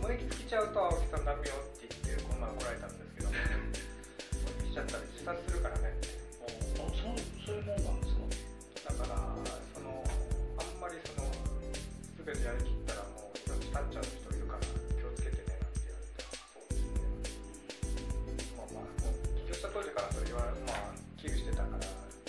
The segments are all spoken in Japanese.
燃え尽きちゃうと青木さんダメよって言ってこの前怒られたんですけど、燃え尽きちゃったら自殺するからね。 そういうもんなんですか。 だからあんまり全てやりきったらもう命絶っちゃう人いるから気をつけてねなんて言われて、そうですね。まあ起業した当時からそれは危惧してたから、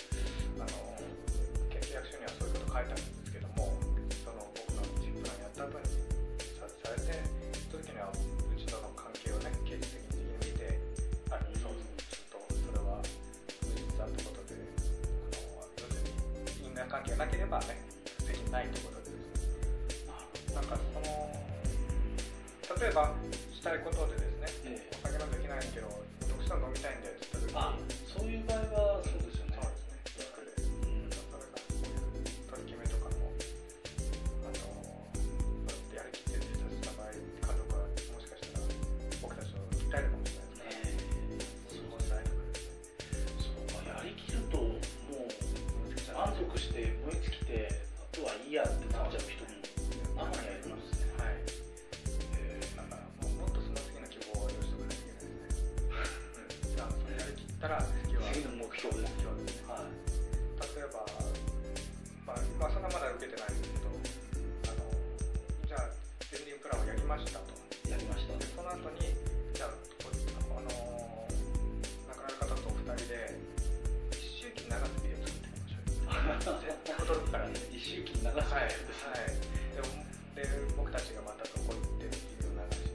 研究約書にはそういうこと書いてあるんですけども、僕のチップランやった後に自殺されて、その時にはうちとの関係をね、刑事的に見て、そうするとそれは無実だってことで、要するに因果関係がなければね、責任ないってことでですね。なんか例えばしたいことでですね、お酒飲んじゃいけないけど、どうしても飲みたいんだよって言った時に、 そういう場合はそうですよね。 そうですね。それがこういう取り決めとかもやりきって自殺した場合、家族はもしかしたら僕たちを訴えるかもしれないですね。そう問題とかですね。 そうか、やりきるともう満足して燃え尽きて、あとはいいやってなっちゃう人も中にはいるんですね。 はい。だからもっとその次の希望を用意しておかなきゃいけないですね。それやりきったら次の目標ですね。はい。例えば、そんなまだ受けてないんですけど、じゃあエンディングプランをやりましたと。 やりました。 でその後にじゃあ亡くなる方とお二人で一周期長すぎる作っていきましょう。絶対驚くからね。 一周期長すぎる。 はい。で僕たちがまたそこに行ってるビデオを流して、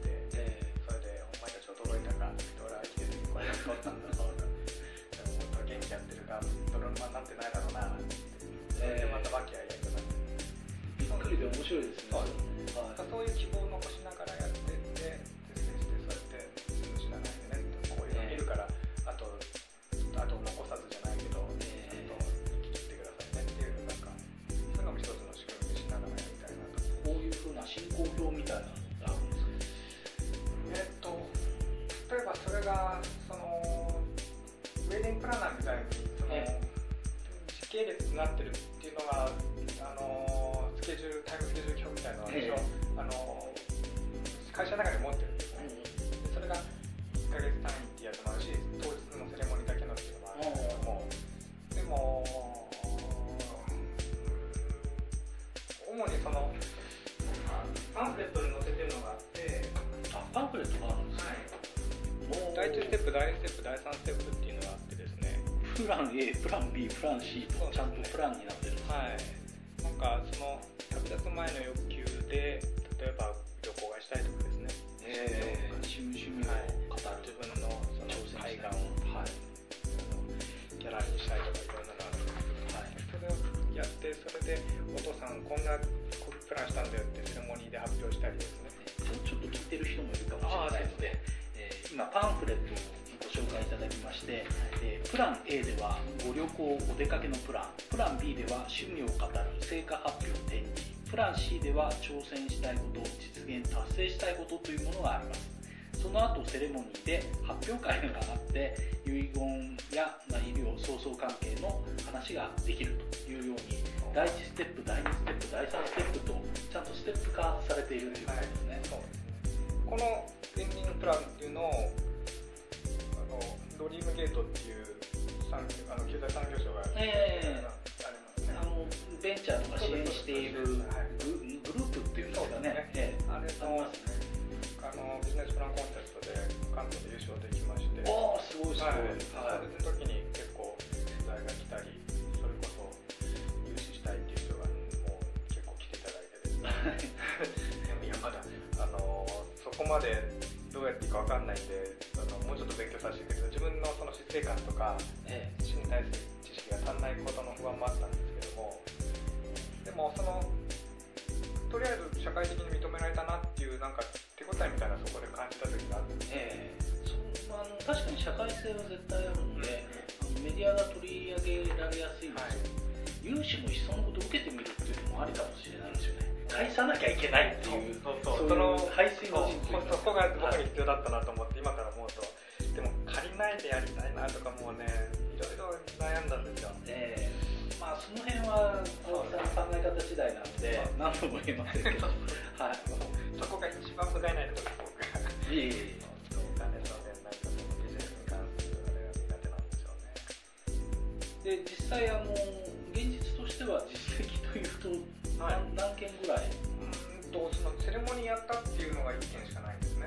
それでお前たち驚いたかって俺は生きてる時これやっとったんだぞと。でも本当は元気やってるが泥沼になってないだろうなって。それでまた和気あいあいとなって。 びっくりで面白いですね。 そういう希望を残しながらやっていって徹底してそうやって死なないでねってこういうのを見るから、あと残さずじゃないけど、生き切ってくださいねっていうなんかそういうのも一つの仕組みにしながらやりたいなと。 こういうふうな進行表みたいなのってあるんですか。 例えばそれがウェディングプランナーみたいに時系列になってるっていうのがタイムスケジュール表みたいなのを会社の中で持ってるんですね。でそれが1ヶ月単位ってやつもあるし、当日のセレモニーだけのっていうのもあるんですけども、でも主にパンフレットに載せてるのがあって、 パンフレットがあるんですね。 第1ステップ、第2ステップ、第3ステップっていうのがあってですね、 プラン A、プラン B、プラン C とちゃんとプランになってるんです。 はい。なんか旅立つ前の欲求で、例えば旅行がしたいとかですね、 趣味を語る、 自分の海岸を、ギャラリーにしたいとかいろんなのがあるんですけど、それをやって、それでお父さんこんなプランしたんだよってセレモニーで発表したりですね。 ちょっと聞いてる人もいるかもしれないので、今パンフレットをご紹介いただきまして、プラン A ではご旅行お出かけのプラン、プラン B では趣味を語る成果発表展示、プラン C では挑戦したいこと、実現達成したいことというものがあります。その後セレモニーで発表会があって遺言や医療創造関係の話ができるというように、第1ステップ、第2ステップ、第3ステップとちゃんとステップ化されているということですね。 そうですね。このエンディングプランっていうのをドリームゲートっていう経済産業省がありますね。 ベンチャーとか支援しているグループっていうんですかね。 あれのビジネスプランコンテストで関東で優勝できまして、 すごいすごい。 それの時に結構取材が来たり、それこそ融資したいっていう人がもう結構来ていただいてですね。でもいやまだそこまでどうやっていいか分かんないんで、もうちょっと勉強させてくれど、自分のその死生観とか死に対する知識が足んないことの不安もあったんですけども、でもとりあえず社会的に認められたなっていうなんか手応えみたいなそこで感じた時があるんですね。 確かに社会性は絶対あるので、メディアが取り上げられやすいんですよ。融資もいっそのこと受けてみるっていうのもありかもしれないですよね。返さなきゃいけないっていう、その排水の陣というか、 そこが僕に必要だったなと思って、今から思うと、でも借りないでやりたいなとかもうね、いろいろ悩んだんですよ。 その辺は青木さんの考え方次第なので何とも言えませんけど、 そこが一番不甲斐ないところです。 際現実としては実績というと何件ぐらい？ そのセレモニーやったっていうのが1件しかないんですね。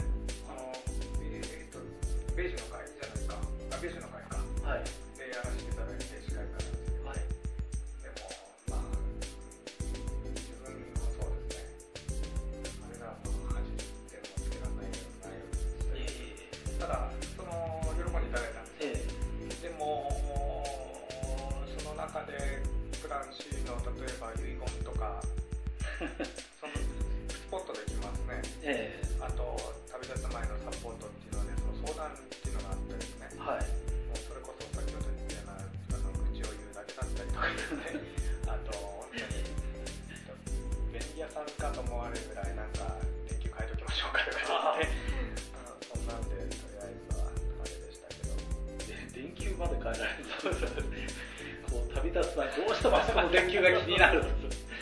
ベージュの会じゃないか、ベージュの会か、はい、でやらせていただいて司会からですけど、はい、でもまあ自分もそうですね、あれが80点もつけられないような内容です。ただその喜んでいただいたんです、でもその中でプラン C の例えば遺言とかそのスポットできますね、あと旅立つ前のサポートっていうのでその相談っていうのがあったりですね、はい、もうそれこそ先ほど言ったような愚痴を言うだけだったりとかですねあと本当に便利屋さんかと思われるぐらいなんか電球変えときましょうかとかですねそんなんでとりあえずはあれでしたけど電球まで変えられるこう旅立つ前どうしてもあそこの電球が気になる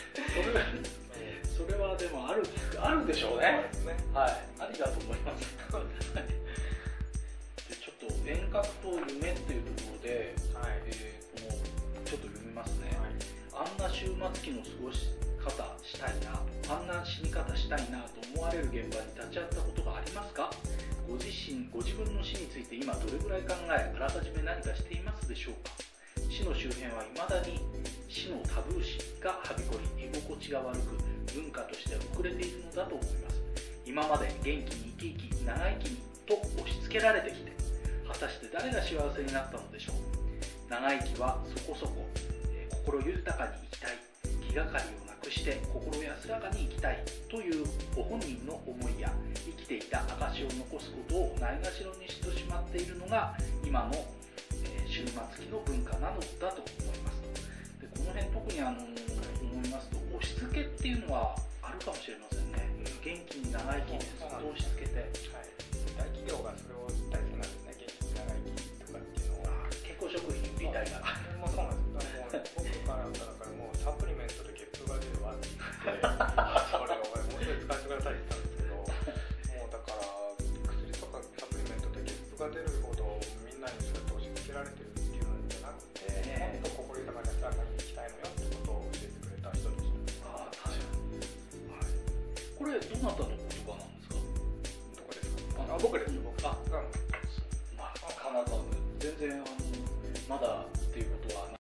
それはでもあるでしょうね。はい、ありだと思います。でちょっと遠隔と夢っていうところで、はい、このちょっと読みますね、はい。あんな終末期の過ごし方したいな、あんな死に方したいなと思われる現場に立ち会ったことがありますか？ご自分の死について今どれぐらい考え、あらかじめ何かしていますでしょうか？死の周辺は未だに死のタブー視がはびこり、居心地が悪く文化として遅れているのだと思います。今まで元気に生き生き長生きにと押し付けられてきて、果たして誰が幸せになったのでしょう。長生きはそこそこ、心豊かに生きたい、気がかりをなくして心安らかに生きたいというご本人の思いや生きていた証を残すことをないがしろにしてしまっているのが今の、終末期の文化なのだと思います。でこの辺特に思いますと押し付けっていうのはあるかもしれませんね。元気に長生きにずっと押し付けて、 はい、大企業がそれを大好きなんですね。元気に長生きとかっていうのは健康食品みたいな。 もうそうなんです。僕からだからもうサプリメントでゲップが出るわって言ってそれをもうちょい使ってくださいって言ったんですけど、もうだから薬とかサプリメントでゲップが出るほどみんなにそうやって押し付けられてるっていうのじゃなくて、もっと心豊かに安らかに生きたいのよってことを教えてくれた人でした。 これどなたの